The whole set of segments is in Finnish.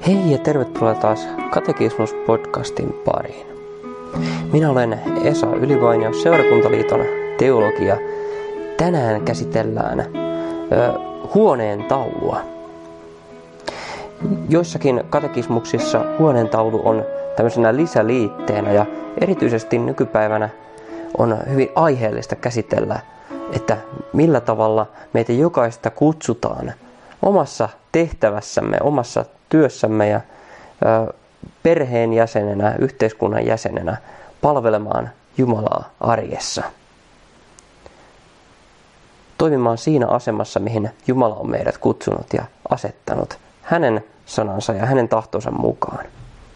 Hei ja tervetuloa taas Katekismus-podcastin pariin. Minä olen Esa Ylivainio, Seurakuntaliiton teologia. Tänään käsitellään huoneen taulua. Joissakin katekismuksissa huoneen taulu on tämmöisenä lisäliitteenä ja erityisesti nykypäivänä on hyvin aiheellista käsitellä, että millä tavalla meitä jokaista kutsutaan omassa tehtävässämme, omassa työssämme ja perheen jäsenenä, yhteiskunnan jäsenenä palvelemaan Jumalaa arjessa. Toimimaan siinä asemassa, mihin Jumala on meidät kutsunut ja asettanut hänen sanansa ja hänen tahtonsa mukaan.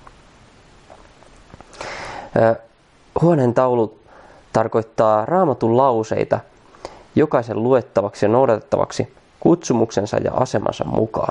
Huoneen taulu tarkoittaa Raamatun lauseita jokaisen luettavaksi ja noudatettavaksi kutsumuksensa ja asemansa mukaan.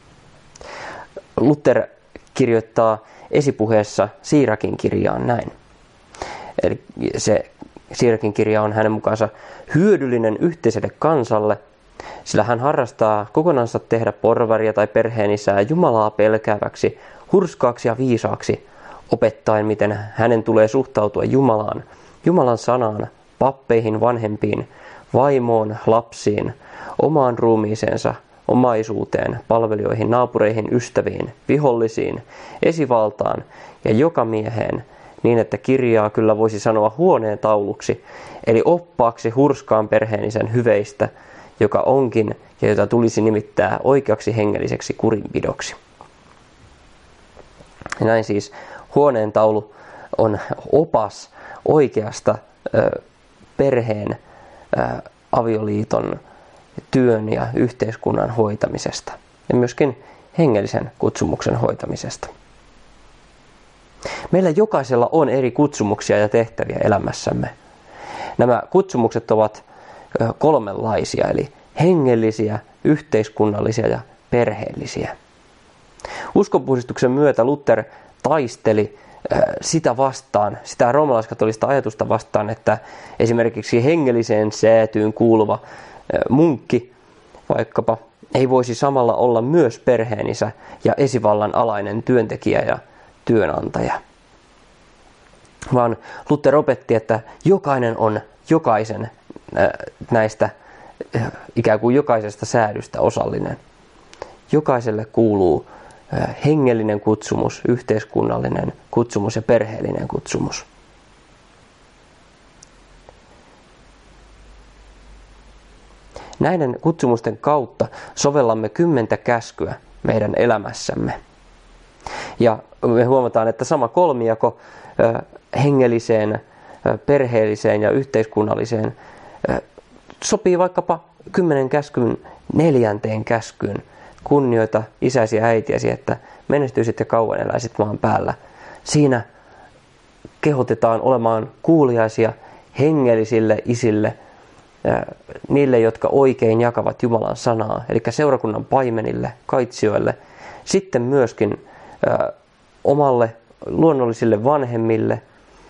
Luther kirjoittaa esipuheessa Siirakin kirjaan näin. Eli se Siirakin kirja on hänen mukaansa hyödyllinen yhteiselle kansalle, sillä hän harrastaa kokonansa tehdä porvaria tai perheenisää Jumalaa pelkääväksi, hurskaaksi ja viisaaksi, opettaen miten hänen tulee suhtautua Jumalaan, Jumalan sanaan, pappeihin, vanhempiin, vaimoon, lapsiin, omaan ruumiiseensa, omaisuuteen, palvelijoihin, naapureihin, ystäviin, vihollisiin, esivaltaan ja jokamieheen, niin että kirjaa kyllä voisi sanoa huoneen tauluksi, eli oppaaksi hurskaan perheenisen hyveistä, joka onkin ja jota tulisi nimittää oikeaksi hengelliseksi kurinpidoksi. Ja näin siis huoneen taulu on opas oikeasta perheen, avioliiton, työn ja yhteiskunnan hoitamisesta ja myöskin hengellisen kutsumuksen hoitamisesta. Meillä jokaisella on eri kutsumuksia ja tehtäviä elämässämme. Nämä kutsumukset ovat kolmenlaisia, eli hengellisiä, yhteiskunnallisia ja perheellisiä. Uskonpuhdistuksen myötä Luther taisteli sitä vastaan, sitä roomalaiskatolista ajatusta vastaan, että esimerkiksi hengelliseen säätyyn kuuluva munkki vaikkapa ei voisi samalla olla myös perheenisä ja esivallan alainen työntekijä ja työnantaja. Vaan Luther opetti, että jokainen on jokaisen näistä, ikään kuin jokaisesta säädystä osallinen. Jokaiselle kuuluu hengellinen kutsumus, yhteiskunnallinen kutsumus ja perheellinen kutsumus. Näiden kutsumusten kautta sovellamme 10 käskyä meidän elämässämme. Ja me huomataan, että sama kolmijako hengelliseen, perheelliseen ja yhteiskunnalliseen sopii vaikkapa 10 käskyn 4. käskyyn. Kunnioita isäsi ja äitiäsi, että menestyisit ja kauan eläisit maan päällä. Siinä kehotetaan olemaan kuuliaisia hengellisille isille, niille, jotka oikein jakavat Jumalan sanaa, eli seurakunnan paimenille, kaitsijoille, sitten myöskin omalle luonnollisille vanhemmille,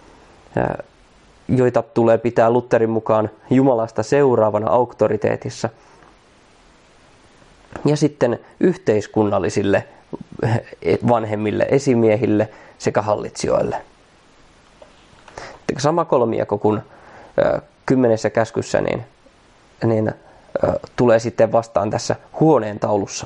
joita tulee pitää Lutherin mukaan Jumalasta seuraavana auktoriteetissa, ja sitten yhteiskunnallisille vanhemmille, esimiehille sekä hallitsijoille. Sama kolmijako kuin 10 käskyssä niin tulee sitten vastaan tässä huoneen taulussa.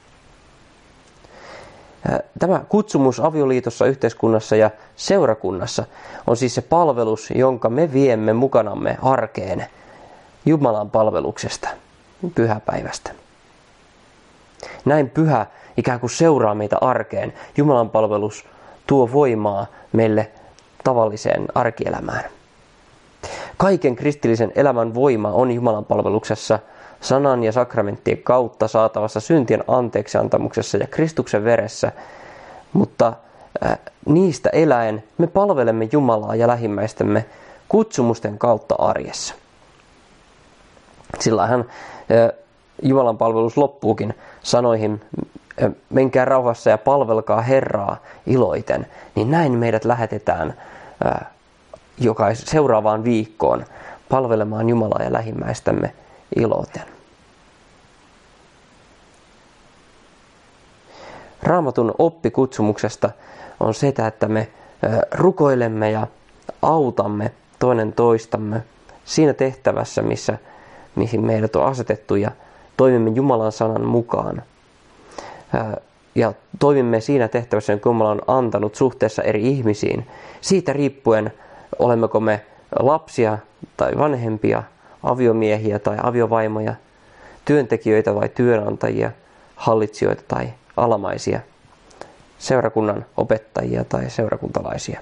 Tämä kutsumus avioliitossa, yhteiskunnassa ja seurakunnassa on siis se palvelus, jonka me viemme mukanamme arkeen Jumalan palveluksesta, pyhäpäivästä. Näin pyhä ikään kuin seuraa meitä arkeen. Jumalan palvelus tuo voimaa meille tavalliseen arkielämään. Kaiken kristillisen elämän voima on Jumalan palveluksessa, sanan ja sakramenttien kautta saatavassa syntien anteeksiantamuksessa ja Kristuksen veressä, mutta niistä eläen me palvelemme Jumalaa ja lähimmäistämme kutsumusten kautta arjessa. Sillähän Jumalan palvelus loppuukin sanoihin, menkää rauhassa ja palvelkaa Herraa iloiten, niin näin meidät lähetetään seuraavaan viikkoon palvelemaan Jumalaa ja lähimmäistämme iloten. Raamatun oppi kutsumuksesta on sitä, että me rukoilemme ja autamme toinen toistamme siinä tehtävässä, mihin meidät on asetettu, ja toimimme Jumalan sanan mukaan. Ja toimimme siinä tehtävässä, jonka Jumala on antanut suhteessa eri ihmisiin. Siitä riippuen, olemmeko me lapsia tai vanhempia, aviomiehiä tai aviovaimoja, työntekijöitä vai työnantajia, hallitsijoita tai alamaisia, seurakunnan opettajia tai seurakuntalaisia.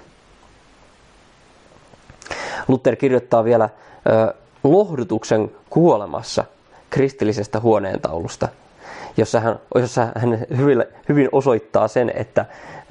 Luther kirjoittaa vielä lohdutuksen kuolemassa kristillisestä huoneentaulusta, jossa hän hyvin osoittaa sen, että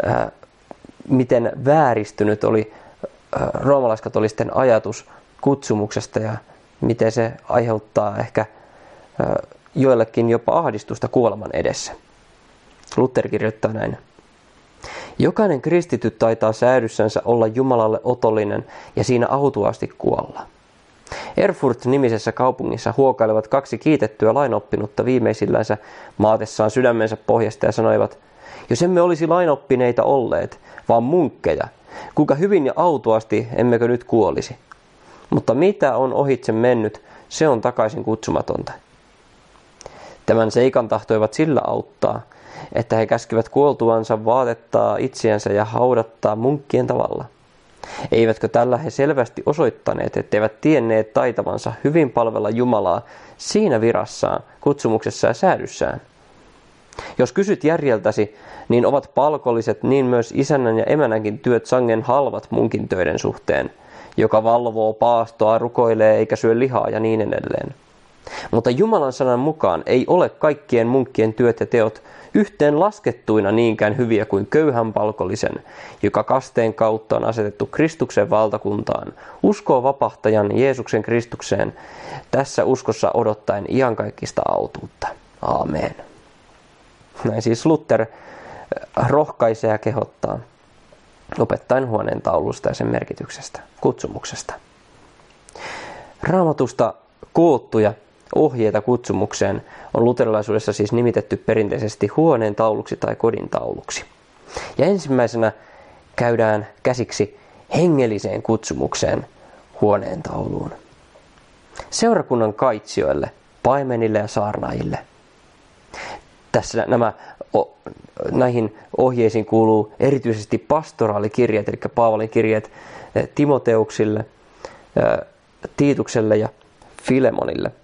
miten vääristynyt oli roomalaiskatolisten ajatus kutsumuksesta ja miten se aiheuttaa ehkä joillekin jopa ahdistusta kuoleman edessä. Luther kirjoittaa näin. Jokainen kristitty taitaa säädyssänsä olla Jumalalle otollinen ja siinä autuaasti kuolla. Erfurt-nimisessä kaupungissa huokailevat kaksi kiitettyä lainoppinutta viimeisillänsä maatessaan sydämensä pohjasta ja sanoivat, jos emme olisi lainoppineita olleet, vaan munkkeja, kuinka hyvin ja autuasti emmekö nyt kuolisi. Mutta mitä on ohitse mennyt, se on takaisin kutsumatonta. Tämän seikan tahtoivat sillä auttaa, että he käskivät kuoltuansa vaatettaa itseänsä ja haudattaa munkkien tavalla. Eivätkö tällä he selvästi osoittaneet, etteivät tienneet taitavansa hyvin palvella Jumalaa siinä virassaan, kutsumuksessa ja säädyssään? Jos kysyt järjeltäsi, niin ovat palkolliset niin myös isännän ja emänänkin työt sangen halvat munkin töiden suhteen, joka valvoo paastoa, rukoilee eikä syö lihaa ja niin edelleen. Mutta Jumalan sanan mukaan ei ole kaikkien munkkien työt ja teot yhteen laskettuina niinkään hyviä kuin köyhän palkollisen, joka kasteen kautta on asetettu Kristuksen valtakuntaan, uskoo vapahtajan Jeesuksen Kristukseen, tässä uskossa odottaen iankaikkista autuutta. Aamen. Näin siis Luther rohkaisee ja kehottaa opettaen huoneentaulusta ja sen merkityksestä, kutsumuksesta. Raamatusta koottuja ohjeita kutsumukseen on luterilaisuudessa siis nimitetty perinteisesti huoneentauluksi tai kodintauluksi. Ja ensimmäisenä käydään käsiksi hengelliseen kutsumukseen, huoneentauluun. Seurakunnan kaitsijoille, paimenille ja saarnaajille. Tässä näihin ohjeisiin kuuluu erityisesti pastoraalikirjeet, eli Paavalin kirjeet Timoteuksille, Tiitukselle ja Filemonille.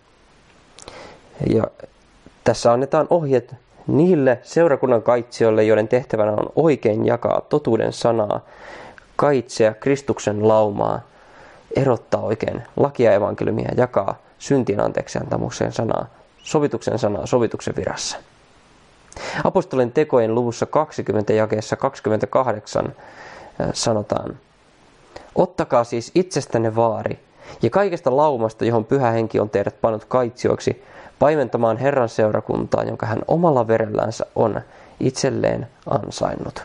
Ja tässä annetaan ohjeet niille seurakunnan kaitsijoille, joiden tehtävänä on oikein jakaa totuuden sanaa, kaitsea Kristuksen laumaa, erottaa oikein lakia ja evankeliumia, jakaa syntien anteeksiantamuksen sanaa, sovituksen virassa. Apostolien tekojen luvussa 20 jakeessa 28 sanotaan, ottakaa siis itsestänne vaari ja kaikesta laumasta, johon Pyhä Henki on teidät pannut kaitsijoiksi, paimentamaan Herran seurakuntaa, jonka hän omalla verellänsä on itselleen ansainnut.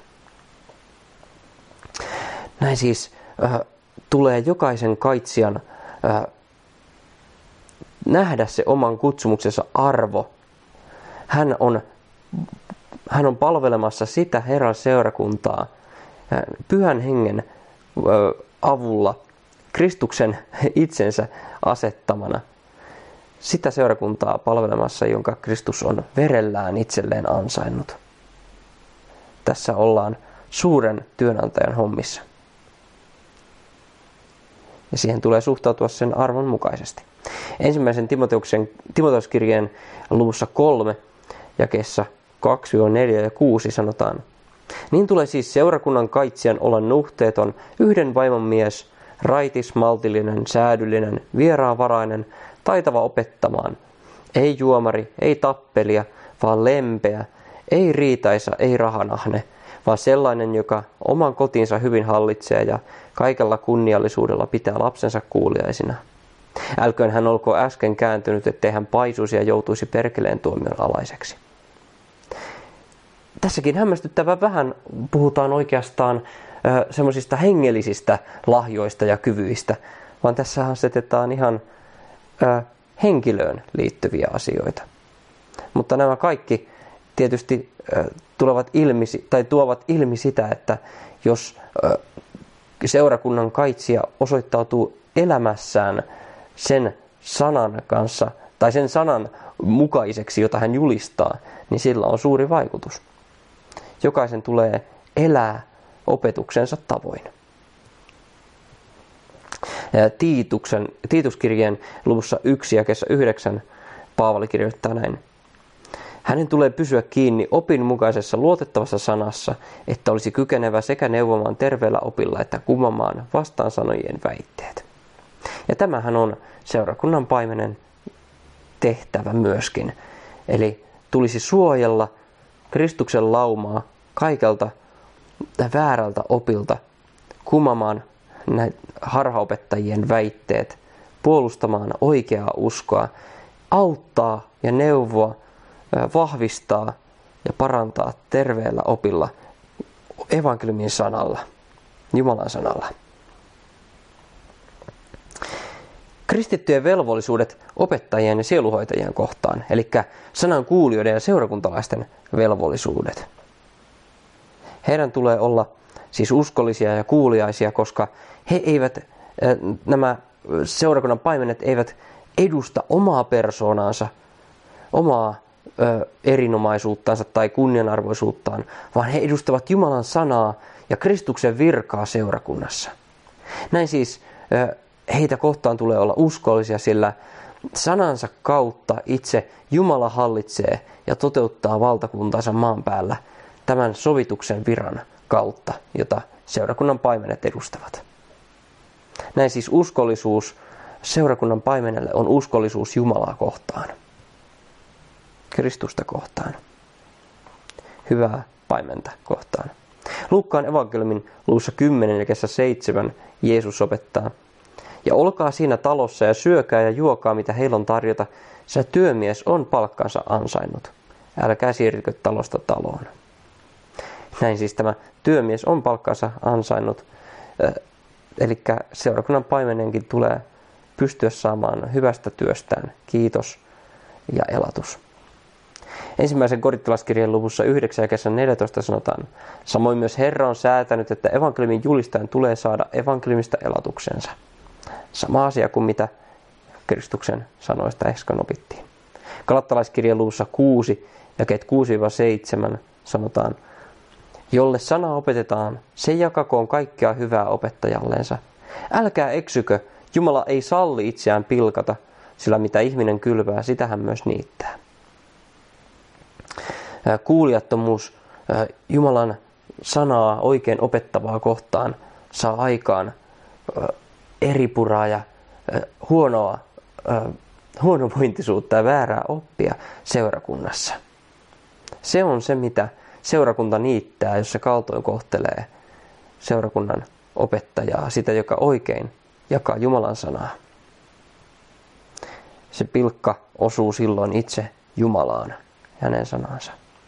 Näin siis tulee jokaisen kaitsijan nähdä se oman kutsumuksensa arvo. Hän on palvelemassa sitä Herran seurakuntaa Pyhän Hengen avulla, Kristuksen itsensä asettamana. Sitä seurakuntaa palvelemassa, jonka Kristus on verellään itselleen ansainnut. Tässä ollaan suuren työnantajan hommissa. Ja siihen tulee suhtautua sen arvon mukaisesti. Ensimmäisen Timoteuskirjeen luvussa 3, jakeessa 2-4 ja 6 sanotaan, niin tulee siis seurakunnan kaitsijan olla nuhteeton, yhden vaimon mies, raitis, maltillinen, säädyllinen, vieraanvarainen, taitava opettamaan, ei juomari, ei tappelia, vaan lempeä, ei riitaisa, ei rahanahne, vaan sellainen, joka oman kotinsa hyvin hallitsee ja kaikella kunniallisuudella pitää lapsensa kuuliaisina. Älköön hän olko äsken kääntynyt, ettei hän paisuisi ja joutuisi perkeleen tuomion alaiseksi. Tässäkin hämmästyttävän vähän puhutaan oikeastaan semmoisista hengellisistä lahjoista ja kyvyistä, vaan tässä asetetaan ihan henkilöön liittyviä asioita. Mutta nämä kaikki tietysti tuovat ilmi sitä, että jos seurakunnan kaitsija osoittautuu elämässään sen sanan kanssa tai sen sanan mukaiseksi, jota hän julistaa, niin sillä on suuri vaikutus. Jokaisen tulee elää opetuksensa tavoin. Tiituskirjeen luvussa 1 jakeessa 9 Paavali kirjoittaa näin. Hänen tulee pysyä kiinni opinmukaisessa luotettavassa sanassa, että olisi kykenevä sekä neuvomaan terveellä opilla että kumoamaan vastaansanojien väitteet. Ja tämähän on seurakunnan paimenen tehtävä myöskin. Eli tulisi suojella Kristuksen laumaa kaikelta väärältä opilta, kumoamaan harhaopettajien väitteet, puolustamaan oikeaa uskoa, auttaa ja neuvoa, vahvistaa ja parantaa terveellä opilla, evankeliumin sanalla, Jumalan sanalla. Kristittyjen velvollisuudet opettajien ja sieluhoitajien kohtaan, eli sanan kuulijoiden ja seurakuntalaisten velvollisuudet. Heidän tulee olla siis uskollisia ja kuuliaisia, koska nämä seurakunnan paimenet eivät edusta omaa persoonaansa, omaa erinomaisuuttaansa tai kunnianarvoisuuttaan, vaan he edustavat Jumalan sanaa ja Kristuksen virkaa seurakunnassa. Näin siis heitä kohtaan tulee olla uskollisia, sillä sanansa kautta itse Jumala hallitsee ja toteuttaa valtakuntansa maan päällä tämän sovituksen viran kautta, jota seurakunnan paimenet edustavat. Näin siis uskollisuus seurakunnan paimenelle on uskollisuus Jumalaa kohtaan, Kristusta kohtaan, hyvää paimenta kohtaan. Luukkaan evankeliumin luvussa 10 jakeessa 7 Jeesus opettaa: ja olkaa siinä talossa ja syökää ja juokaa, mitä heillä on tarjota, sillä työmies on palkkansa ansainnut. Älkää siirtykö talosta taloon. Näin siis tämä työmies on palkkansa ansainnut. Eli seurakunnan paimenenkin tulee pystyä saamaan hyvästä työstään kiitos ja elatus. Ensimmäisen korintolaiskirjeen luvussa 9 jakeessa 14 sanotaan: samoin myös Herra on säätänyt, että evankeliumin julistajan tulee saada evankeliumista elatuksensa. Sama asia kuin mitä Kristuksen sanoista äsken opittiin. Galattalaiskirjeen luvussa 6 jakeet 6-7 sanotaan: jolle sana opetetaan, se jakakoon kaikkea hyvää opettajallensa. Älkää eksykö, Jumala ei salli itseään pilkata, sillä mitä ihminen kylvää, sitä hän myös niittää. Kuulijattomuus Jumalan sanaa oikein opettavaa kohtaan saa aikaan eripuraa ja huonovointisuutta ja väärää oppia seurakunnassa. Se on se, mitä seurakunta niittää, jos se kaltoin kohtelee seurakunnan opettajaa, sitä, joka oikein jakaa Jumalan sanaa. Se pilkka osuu silloin itse Jumalaan ja hänen sanansa.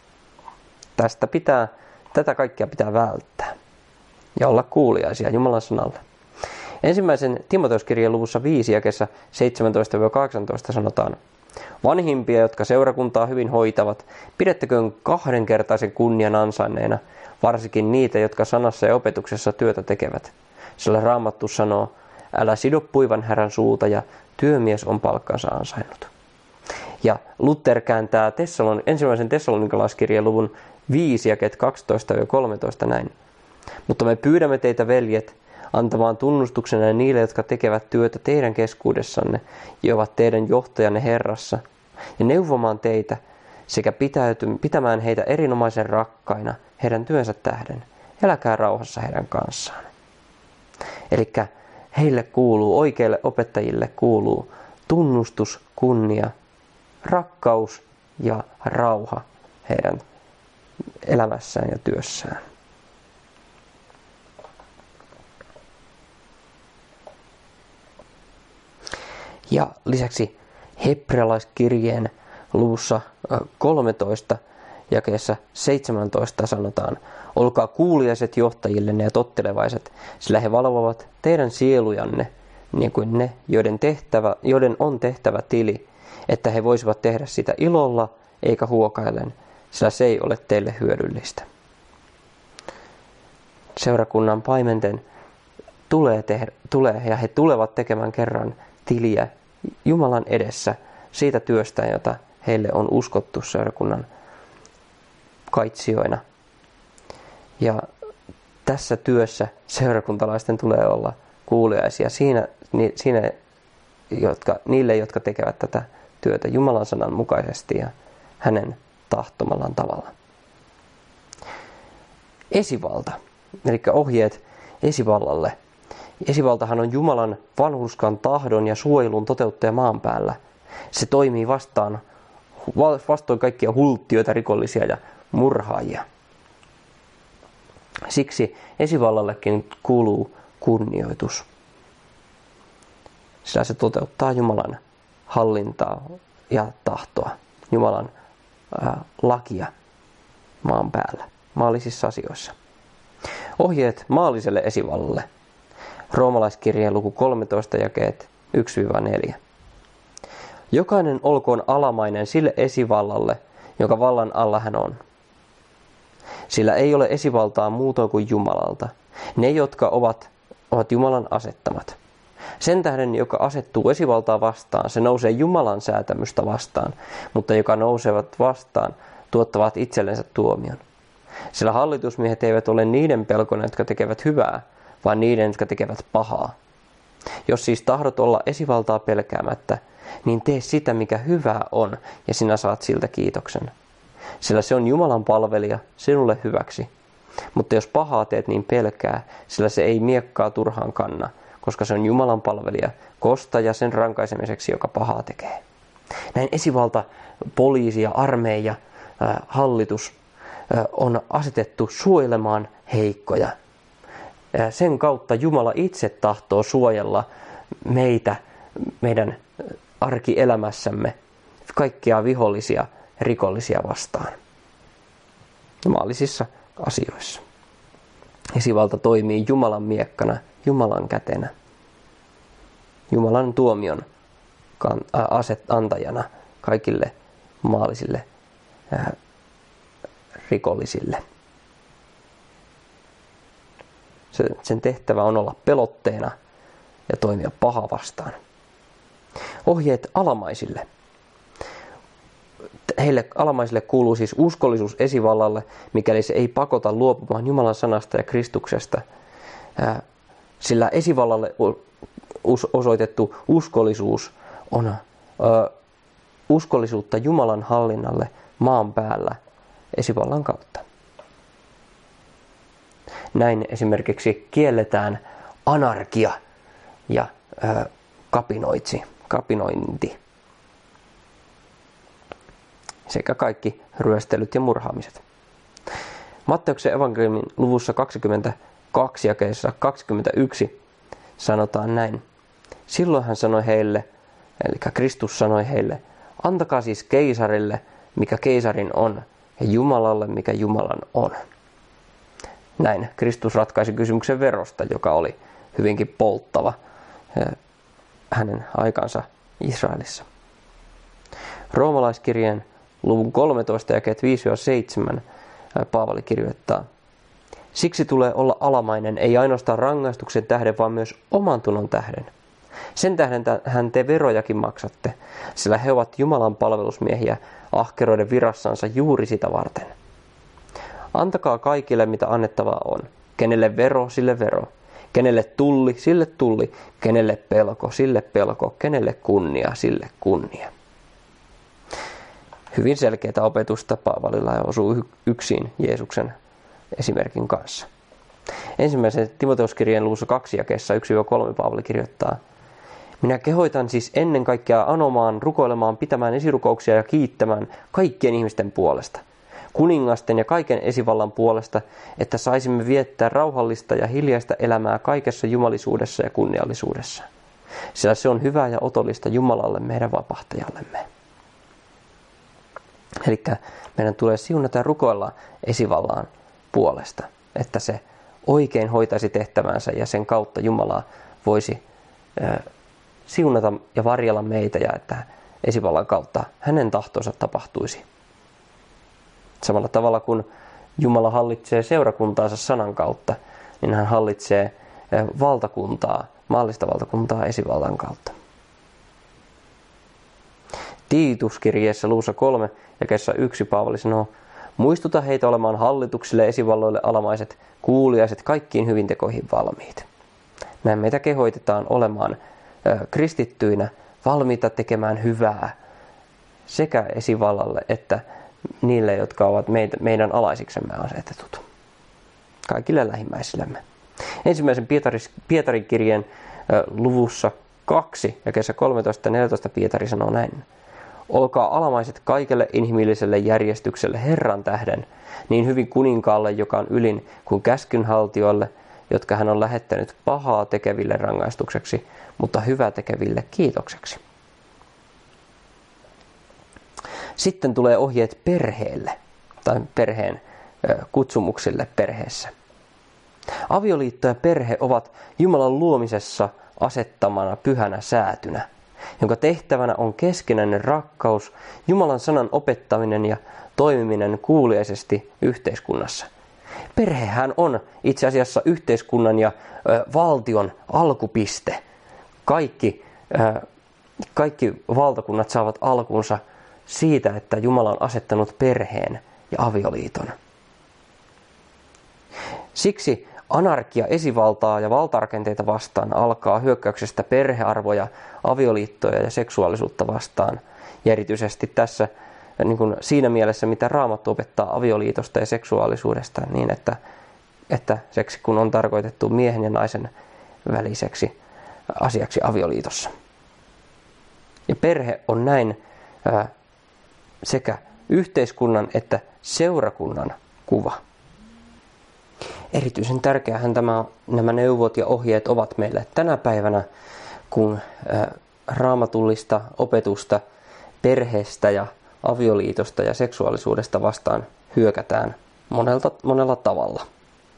Tätä kaikkea pitää välttää ja olla kuuliaisia Jumalan sanalle. Ensimmäisen Timoteuskirjeen luvussa 5 jakeessa 17-18 sanotaan: vanhimpia, jotka seurakuntaa hyvin hoitavat, pidettäköön 2-kertaisen kunnian ansainneina, varsinkin niitä, jotka sanassa ja opetuksessa työtä tekevät. Sillä Raamattu sanoo: älä sido puivan härän suuta, ja työmies on palkkansa ansainnut. Ja Luther kääntää ensimmäisen Tessalonikalaiskirjeen luvun 5 jakeet 12-13 näin: mutta me pyydämme teitä, veljet, antamaan tunnustuksena niille, jotka tekevät työtä teidän keskuudessanne ja ovat teidän johtajanne Herrassa, ja neuvomaan teitä sekä pitämään heitä erinomaisen rakkaina heidän työnsä tähden. Eläkää rauhassa heidän kanssaan. Eli heille kuuluu, oikeille opettajille kuuluu tunnustus, kunnia, rakkaus ja rauha heidän elämässään ja työssään. Ja lisäksi hebrealaiskirjeen luvussa 13 jakeessa 17 sanotaan: olkaa kuuliaiset johtajillenne ja tottelevaiset, sillä he valvovat teidän sielujanne niin kuin ne, joiden on tehtävä tili, että he voisivat tehdä sitä ilolla eikä huokaillen, sillä se ei ole teille hyödyllistä. Seurakunnan paimenten tulee ja he tulevat tekemään kerran tiliä Jumalan edessä siitä työstä, jota heille on uskottu seurakunnan kaitsijoina. Ja tässä työssä seurakuntalaisten tulee olla kuuliaisia niille, jotka tekevät tätä työtä Jumalan sanan mukaisesti ja hänen tahtomallaan tavalla. Esivalta, eli ohjeet esivallalle. Esivaltahan on Jumalan vanhurskan tahdon ja suojelun toteuttaja maan päällä. Se toimii vastoin kaikkia hulttioita, rikollisia ja murhaajia. Siksi esivallallekin kuuluu kunnioitus. Sillä se toteuttaa Jumalan hallintaa ja tahtoa, Jumalan lakia maan päällä, maallisissa asioissa. Ohjeet maalliselle esivallalle. Roomalaiskirjeen luku 13 jakeet 1-4. Jokainen olkoon alamainen sille esivallalle, jonka vallan alla hän on. Sillä ei ole esivaltaa muutoin kuin Jumalalta, ne jotka ovat Jumalan asettamat. Sen tähden, joka asettuu esivaltaa vastaan, se nousee Jumalan säätämystä vastaan, mutta joka nousevat vastaan, tuottavat itsellensä tuomion. Sillä hallitusmiehet eivät ole niiden pelkona, jotka tekevät hyvää, vaan niiden, jotka tekevät pahaa. Jos siis tahdot olla esivaltaa pelkäämättä, niin tee sitä, mikä hyvää on, ja sinä saat siltä kiitoksen. Sillä se on Jumalan palvelija sinulle hyväksi. Mutta jos pahaa teet, niin pelkää, sillä se ei miekkaa turhaan kanna, koska se on Jumalan palvelija, kostaja sen rankaisemiseksi, joka pahaa tekee. Näin esivalta, poliisi ja armeija, hallitus on asetettu suojelemaan heikkoja. Sen kautta Jumala itse tahtoo suojella meitä, meidän arkielämässämme, kaikkia vihollisia, rikollisia vastaan. Maallisissa asioissa. Esivalta toimii Jumalan miekkana, Jumalan kätenä, Jumalan tuomion antajana kaikille maallisille rikollisille. Sen tehtävä on olla pelotteena ja toimia pahaa vastaan. Ohjeet alamaisille. Heille alamaisille kuuluu siis uskollisuus esivallalle, mikäli se ei pakota luopumaan Jumalan sanasta ja Kristuksesta. Sillä esivallalle osoitettu uskollisuus on uskollisuutta Jumalan hallinnalle maan päällä esivallan kautta. Näin esimerkiksi kielletään anarkia ja kapinointi sekä kaikki ryöstelyt ja murhaamiset. Matteuksen evankeliumin luvussa 22 jakeessa 21 sanotaan näin. Silloin hän sanoi heille, eli Kristus sanoi heille, antakaa siis keisarille, mikä keisarin on, ja Jumalalle, mikä Jumalan on. Näin Kristus ratkaisi kysymyksen verosta, joka oli hyvinkin polttava hänen aikansa Israelissa. Roomalaiskirjeen luvun 13 jakeet 5-7 Paavali kirjoittaa. Siksi tulee olla alamainen ei ainoastaan rangaistuksen tähden, vaan myös oman tunnon tähden. Sen tähden hän te verojakin maksatte, sillä he ovat Jumalan palvelusmiehiä ahkeroiden virassansa juuri sitä varten. Antakaa kaikille, mitä annettavaa on. Kenelle vero, sille vero. Kenelle tulli, sille tulli. Kenelle pelko, sille pelko. Kenelle kunnia, sille kunnia. Hyvin selkeää opetusta Paavalilla ja osuu yksin Jeesuksen esimerkin kanssa. Ensimmäisen Timoteuskirjeen luvussa 2 jakeessa 1-3 Paavali kirjoittaa. Minä kehoitan siis ennen kaikkea anomaan, rukoilemaan, pitämään esirukouksia ja kiittämään kaikkien ihmisten puolesta. Kuningasten ja kaiken esivallan puolesta, että saisimme viettää rauhallista ja hiljaista elämää kaikessa jumalisuudessa ja kunniallisuudessa. Sillä se on hyvää ja otollista Jumalalle, meidän vapahtajallemme. Eli meidän tulee siunata ja rukoilla esivallaan puolesta, että se oikein hoitaisi tehtävänsä ja sen kautta Jumala voisi siunata ja varjella meitä ja että esivallan kautta hänen tahtonsa tapahtuisi. Samalla tavalla kuin Jumala hallitsee seurakuntaansa sanan kautta, niin hän hallitsee valtakuntaa, maallista valtakuntaa esivallan kautta. Tiituskirjeessä luvussa 3 jakeessa 1 Paavali sanoo, muistuta heitä olemaan hallituksille, esivalloille alamaiset, kuuliaiset, kaikkiin hyvintekoihin valmiit. Näin meitä kehoitetaan olemaan kristittyinä valmiita tekemään hyvää sekä esivallalle että niille, jotka ovat meidän alaisiksemme asetetut. Kaikille lähimmäisillemme. Ensimmäisen Pietarin kirjeen luvussa 2 jakeessa 13-14 Pietari sanoo näin. Olkaa alamaiset kaikelle inhimilliselle järjestykselle Herran tähden, niin hyvin kuninkaalle, joka on ylin, kuin käskynhaltijoille, jotka hän on lähettänyt pahaa tekeville rangaistukseksi, mutta hyvää tekeville kiitokseksi. Sitten tulee ohjeet perheelle tai perheen kutsumuksille perheessä. Avioliitto ja perhe ovat Jumalan luomisessa asettamana pyhänä säätynä, jonka tehtävänä on keskinäinen rakkaus, Jumalan sanan opettaminen ja toimiminen kuuliaisesti yhteiskunnassa. Perhehän on itse asiassa yhteiskunnan ja valtion alkupiste. Kaikki valtakunnat saavat alkunsa siitä, että Jumala on asettanut perheen ja avioliiton. Siksi anarkia esivaltaa ja valtarakenteita vastaan alkaa hyökkäyksestä perhearvoja, avioliittoja ja seksuaalisuutta vastaan. Ja erityisesti tässä niin kuin siinä mielessä, mitä Raamattu opettaa avioliitosta ja seksuaalisuudesta, niin että seksi kun on tarkoitettu miehen ja naisen väliseksi asiaksi avioliitossa. Ja perhe on näin sekä yhteiskunnan että seurakunnan kuva. Erityisen tärkeähän nämä neuvot ja ohjeet ovat meille tänä päivänä, kun raamatullista opetusta perheestä ja avioliitosta ja seksuaalisuudesta vastaan hyökätään monella tavalla.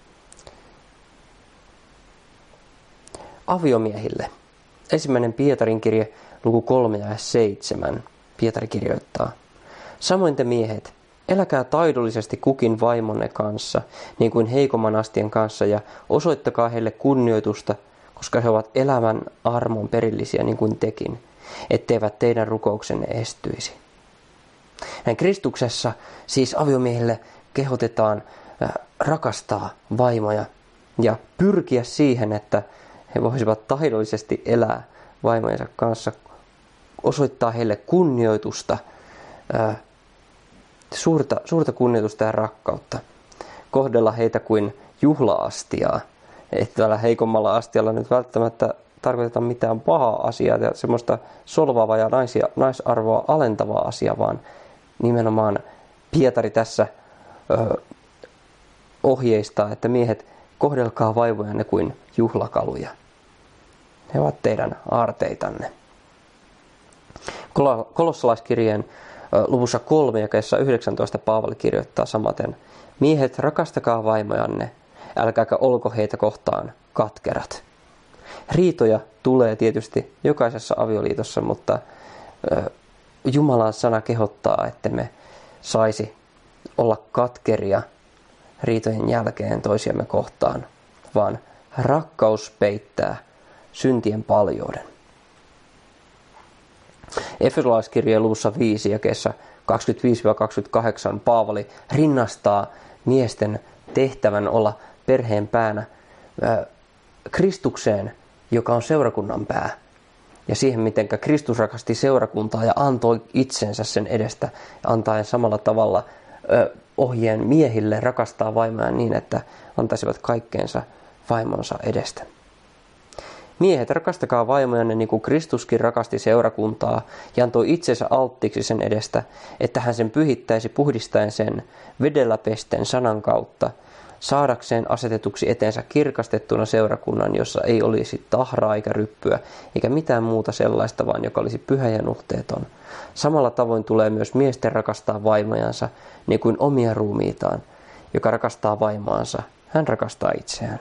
Aviomiehille. Ensimmäinen Pietarin kirje, luku 3 ja 7. Pietari kirjoittaa. Samoin te miehet, eläkää taidollisesti kukin vaimonne kanssa, niin kuin heikomman astien kanssa, ja osoittakaa heille kunnioitusta, koska he ovat elämän armon perillisiä niin kuin tekin, etteivät teidän rukouksenne estyisi. Näin Kristuksessa siis aviomiehille kehotetaan rakastaa vaimoja ja pyrkiä siihen, että he voisivat taidollisesti elää vaimojensa kanssa, osoittaa heille kunnioitusta, suurta kunnioitusta ja rakkautta, kohdella heitä kuin juhla-astiaa. Ei tällä heikommalla astialla nyt välttämättä tarkoiteta mitään pahaa asiaa ja semmoista solvaavaa ja naisarvoa alentavaa asiaa, vaan nimenomaan Pietari tässä ohjeistaa, että miehet, kohdelkaa vaivojanne kuin juhlakaluja. He ovat teidän aarteitanne. Kolossalaiskirjeen luvussa 3 jakeessa 19 Paavali kirjoittaa samaten. Miehet, rakastakaa vaimojanne, älkääkä olko heitä kohtaan katkerat. Riitoja tulee tietysti jokaisessa avioliitossa, mutta Jumalan sana kehottaa, että me saisi olla katkeria riitojen jälkeen toisiamme kohtaan, vaan rakkaus peittää syntien paljouden. Efesolaiskirjeen luvussa 5 jakeessa 25-28 Paavali rinnastaa miesten tehtävän olla perheen päänä Kristukseen, joka on seurakunnan pää. Ja siihen, miten Kristus rakasti seurakuntaa ja antoi itsensä sen edestä, antaen samalla tavalla ohjeen miehille rakastaa vaimoaan niin, että antaisivat kaikkeensa vaimonsa edestä. Miehet, rakastakaa vaimojanne niin kuin Kristuskin rakasti seurakuntaa ja antoi itsensä alttiiksi sen edestä, että hän sen pyhittäisi puhdistaen sen vedellä pesten sanan kautta, saadakseen asetetuksi eteensä kirkastettuna seurakunnan, jossa ei olisi tahraa eikä ryppyä, eikä mitään muuta sellaista, vaan joka olisi pyhä ja nuhteeton. Samalla tavoin tulee myös miesten rakastaa vaimojansa, niin kuin omia ruumiitaan. Joka rakastaa vaimoansa, hän rakastaa itseään.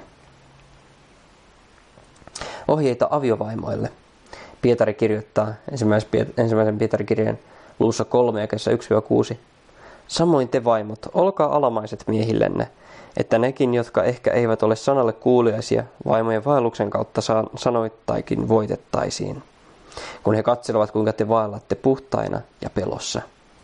Ohjeita aviovaimoille. Pietari kirjoittaa ensimmäisen Pietarin kirjeen luvussa 3 jakeessa 1-6. Samoin te vaimot, olkaa alamaiset miehillenne, että nekin, jotka ehkä eivät ole sanalle kuuliaisia, vaimojen vaelluksen kautta sanoittaikin voitettaisiin, kun he katselevat, kuinka te vaellatte puhtaina ja pelossa.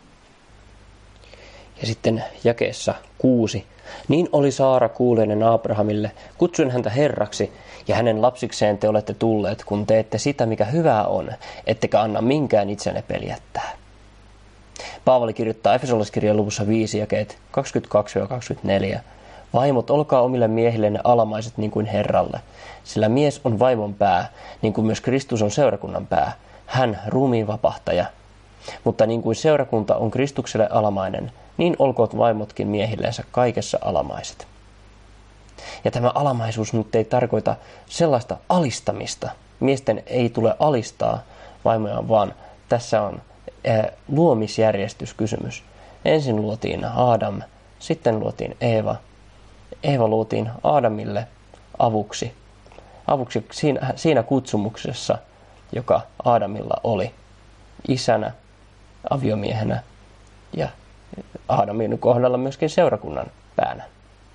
Ja sitten jakeessa 6. Niin oli Saara kuuliainen Abrahamille, kutsuin häntä herraksi, ja hänen lapsikseen te olette tulleet, kun teette sitä, mikä hyvää on, ettekä anna minkään itsenne peljättää. Paavali kirjoittaa Efesolaiskirjan luvussa 5 jakeet 22-24. Vaimot, olkaa omille miehillenne alamaiset niin kuin Herralle, sillä mies on vaimon pää, niin kuin myös Kristus on seurakunnan pää, hän ruumiin vapahtaja. Mutta niin kuin seurakunta on Kristukselle alamainen, niin olkoot vaimotkin miehillensä kaikessa alamaiset. Ja tämä alamaisuus nyt ei tarkoita sellaista alistamista. Miesten ei tule alistaa vaimojaan, vaan tässä on luomisjärjestyskysymys. Ensin luotiin Aadam, sitten luotiin Eeva. Eeva luotiin Aadamille avuksi siinä kutsumuksessa, joka Aadamilla oli isänä, aviomiehenä ja Aadamin kohdalla myöskin seurakunnan päänä.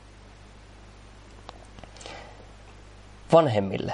Vanhemmille.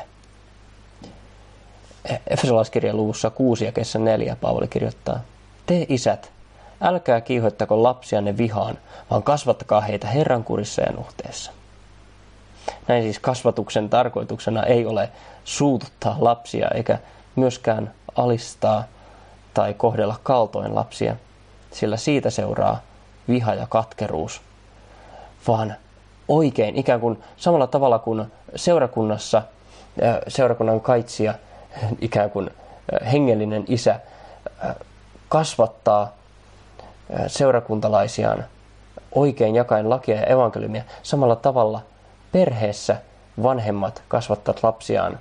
Efesolaiskirjan luvussa 6 jakeessa 4 Paavali kirjoittaa: Te isät, älkää kiihoittako lapsianne vihaan, vaan kasvattakaa heitä Herran kurissa ja nuhteessa. Näin siis kasvatuksen tarkoituksena ei ole suututtaa lapsia eikä myöskään alistaa tai kohdella kaltoin lapsia, sillä siitä seuraa viha ja katkeruus, vaan oikein ikään kuin samalla tavalla kuin seurakunnassa seurakunnan kaitsija, ikään kuin hengellinen isä, kasvattaa seurakuntalaisiaan oikein jakaen lakia ja evankeliumia. Samalla tavalla perheessä vanhemmat kasvattavat lapsiaan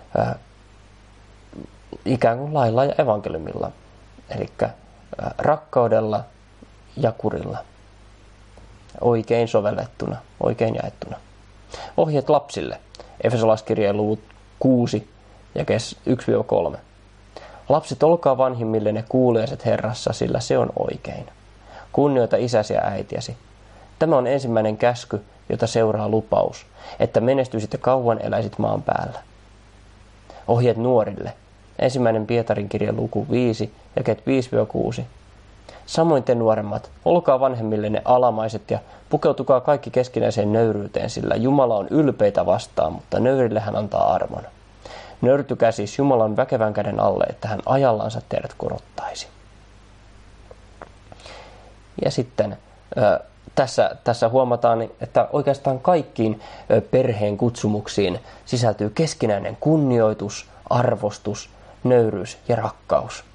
ikään kuin lailla ja evankeliumilla, eli rakkaudella ja kurilla, oikein sovellettuna, oikein jaettuna. Ohjeet lapsille. Efesolaiskirjeen luvut 6 ja 1-3. Lapset, olkaa vanhimmillenne kuuliaiset Herrassa, sillä se on oikein. Kunnioita isäsi ja äitiäsi. Tämä on ensimmäinen käsky, jota seuraa lupaus, että menestyisit ja kauan eläisit maan päällä. Ohjeet nuorille. 1. Pietarin kirjan luku 5, jakeet 5-6. Samoin te nuoremmat, olkaa vanhemmillenne alamaiset ja pukeutukaa kaikki keskinäiseen nöyryyteen, sillä Jumala on ylpeitä vastaan, mutta nöyrille hän antaa armon. Nöyrtykää siis Jumalan väkevän käden alle, että hän ajallansa teidät korottaisi. Ja sitten tässä huomataan, että oikeastaan kaikkiin perheen kutsumuksiin sisältyy keskinäinen kunnioitus, arvostus, nöyryys ja rakkaus.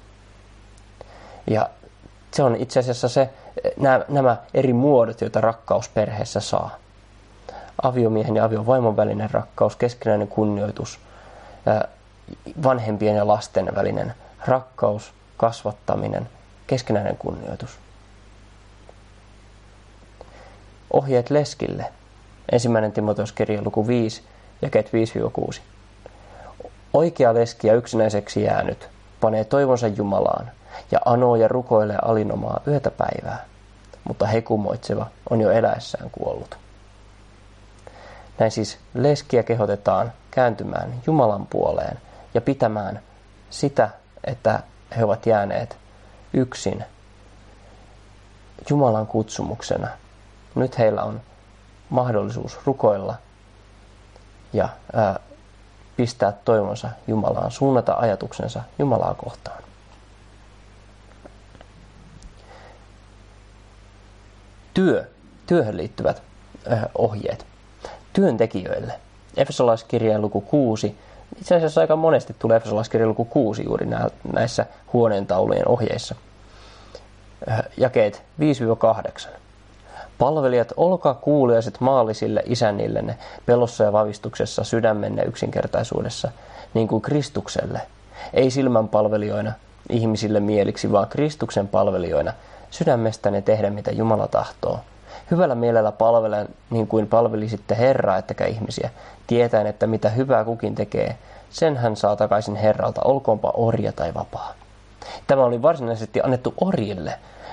Ja se on itse asiassa nämä eri muodot, joita rakkaus perheessä saa. Aviomiehen ja aviovaimon välinen rakkaus, keskinäinen kunnioitus, vanhempien ja lasten välinen rakkaus, kasvattaminen, keskinäinen kunnioitus. Ohjeet leskille. 1. Timoteuskirja luku 5, jakeet 5-6. Oikea leski ja yksinäiseksi jäänyt panee toivonsa Jumalaan ja anoo ja rukoilee alinomaa yötä päivää, mutta hekumoitseva on jo eläessään kuollut. Näin siis leskiä kehotetaan kääntymään Jumalan puoleen ja pitämään sitä, että he ovat jääneet yksin Jumalan kutsumuksena. Nyt heillä on mahdollisuus rukoilla ja pistää toivonsa Jumalaan, suunnata ajatuksensa Jumalaa kohtaan. Työhön liittyvät ohjeet. Työntekijöille. Efesolaiskirjeen luku 6. Itse asiassa aika monesti tulee Efesolaiskirjeen luku 6 juuri näissä huoneentaulujen ohjeissa. Jakeet 5-8. Palvelijat, olkaa kuuliaiset maallisille isännillenne pelossa ja vavistuksessa, sydämenne yksinkertaisuudessa, niin kuin Kristukselle. Ei silmänpalvelijoina ihmisille mieliksi, vaan Kristuksen palvelijoina, sydämestänne tehdä mitä Jumala tahtoo. Hyvällä mielellä palvelen niin kuin palvelisitte Herraa ettekä ihmisiä, tietäen, että mitä hyvää kukin tekee, sen hän saa takaisin Herralta, olkoonpa orja tai vapaa. Tämä oli varsinaisesti annettu orjille,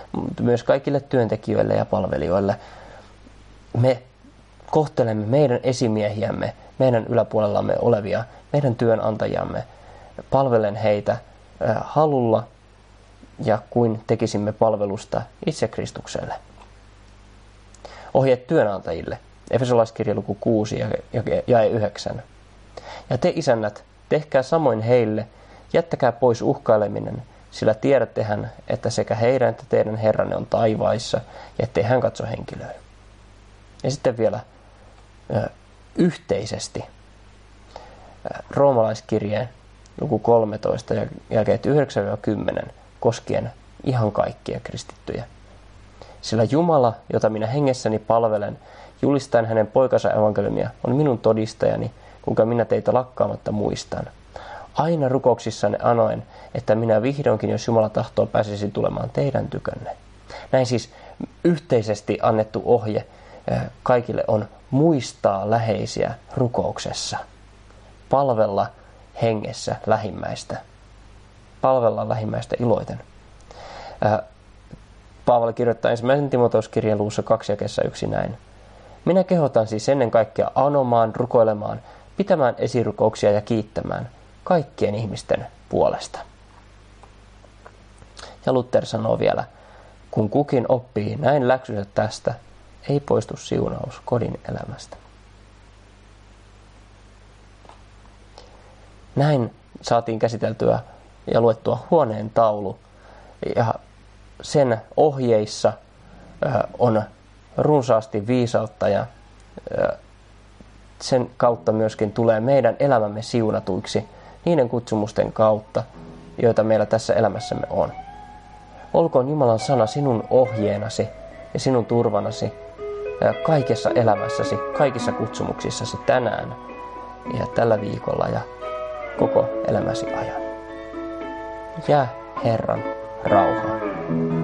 mutta myös kaikille työntekijöille ja palvelijoille. Me kohtelemme meidän esimiehiämme, meidän yläpuolellamme olevia, meidän työnantajamme, palvelen heitä halulla ja kuin tekisimme palvelusta itse Kristukselle. Ohjeet työnantajille. Efesolaiskirja luku 6 ja 9. Ja te isännät, tehkää samoin heille, jättäkää pois uhkaileminen, sillä tiedättehän, että sekä heidän että teidän Herranne on taivaissa, ja ettei hän katso henkilöön. Ja sitten vielä yhteisesti roomalaiskirjeen luku 13 ja jälkeen 9-10 koskien ihan kaikkia kristittyjä. Sillä Jumala, jota minä hengessäni palvelen, julistaen hänen poikansa evankeliumia, on minun todistajani, kuinka minä teitä lakkaamatta muistan. Aina rukouksissanne anoen, että minä vihdoinkin, jos Jumala tahtoo, pääsisin tulemaan teidän tykönne. Näin siis yhteisesti annettu ohje kaikille on muistaa läheisiä rukouksessa. Palvella hengessä lähimmäistä. Palvella lähimmäistä iloiten. Paavali kirjoittaa 1. Timoteuskirjan luvussa 2 jakeessa 1 näin. Minä kehotan siis ennen kaikkea anomaan, rukoilemaan, pitämään esirukouksia ja kiittämään kaikkien ihmisten puolesta. Ja Luther sanoo vielä, kun kukin oppii näin läksynsä tästä, ei poistu siunaus kodin elämästä. Näin saatiin käsiteltyä ja luettua huoneen taulu, ja sen ohjeissa on runsaasti viisautta, ja sen kautta myöskin tulee meidän elämämme siunatuiksi niiden kutsumusten kautta, joita meillä tässä elämässämme on. Olkoon Jumalan sana sinun ohjeenasi ja sinun turvanasi kaikessa elämässäsi, kaikissa kutsumuksissasi tänään ja tällä viikolla ja koko elämäsi ajan. Jää Herran rauhaan.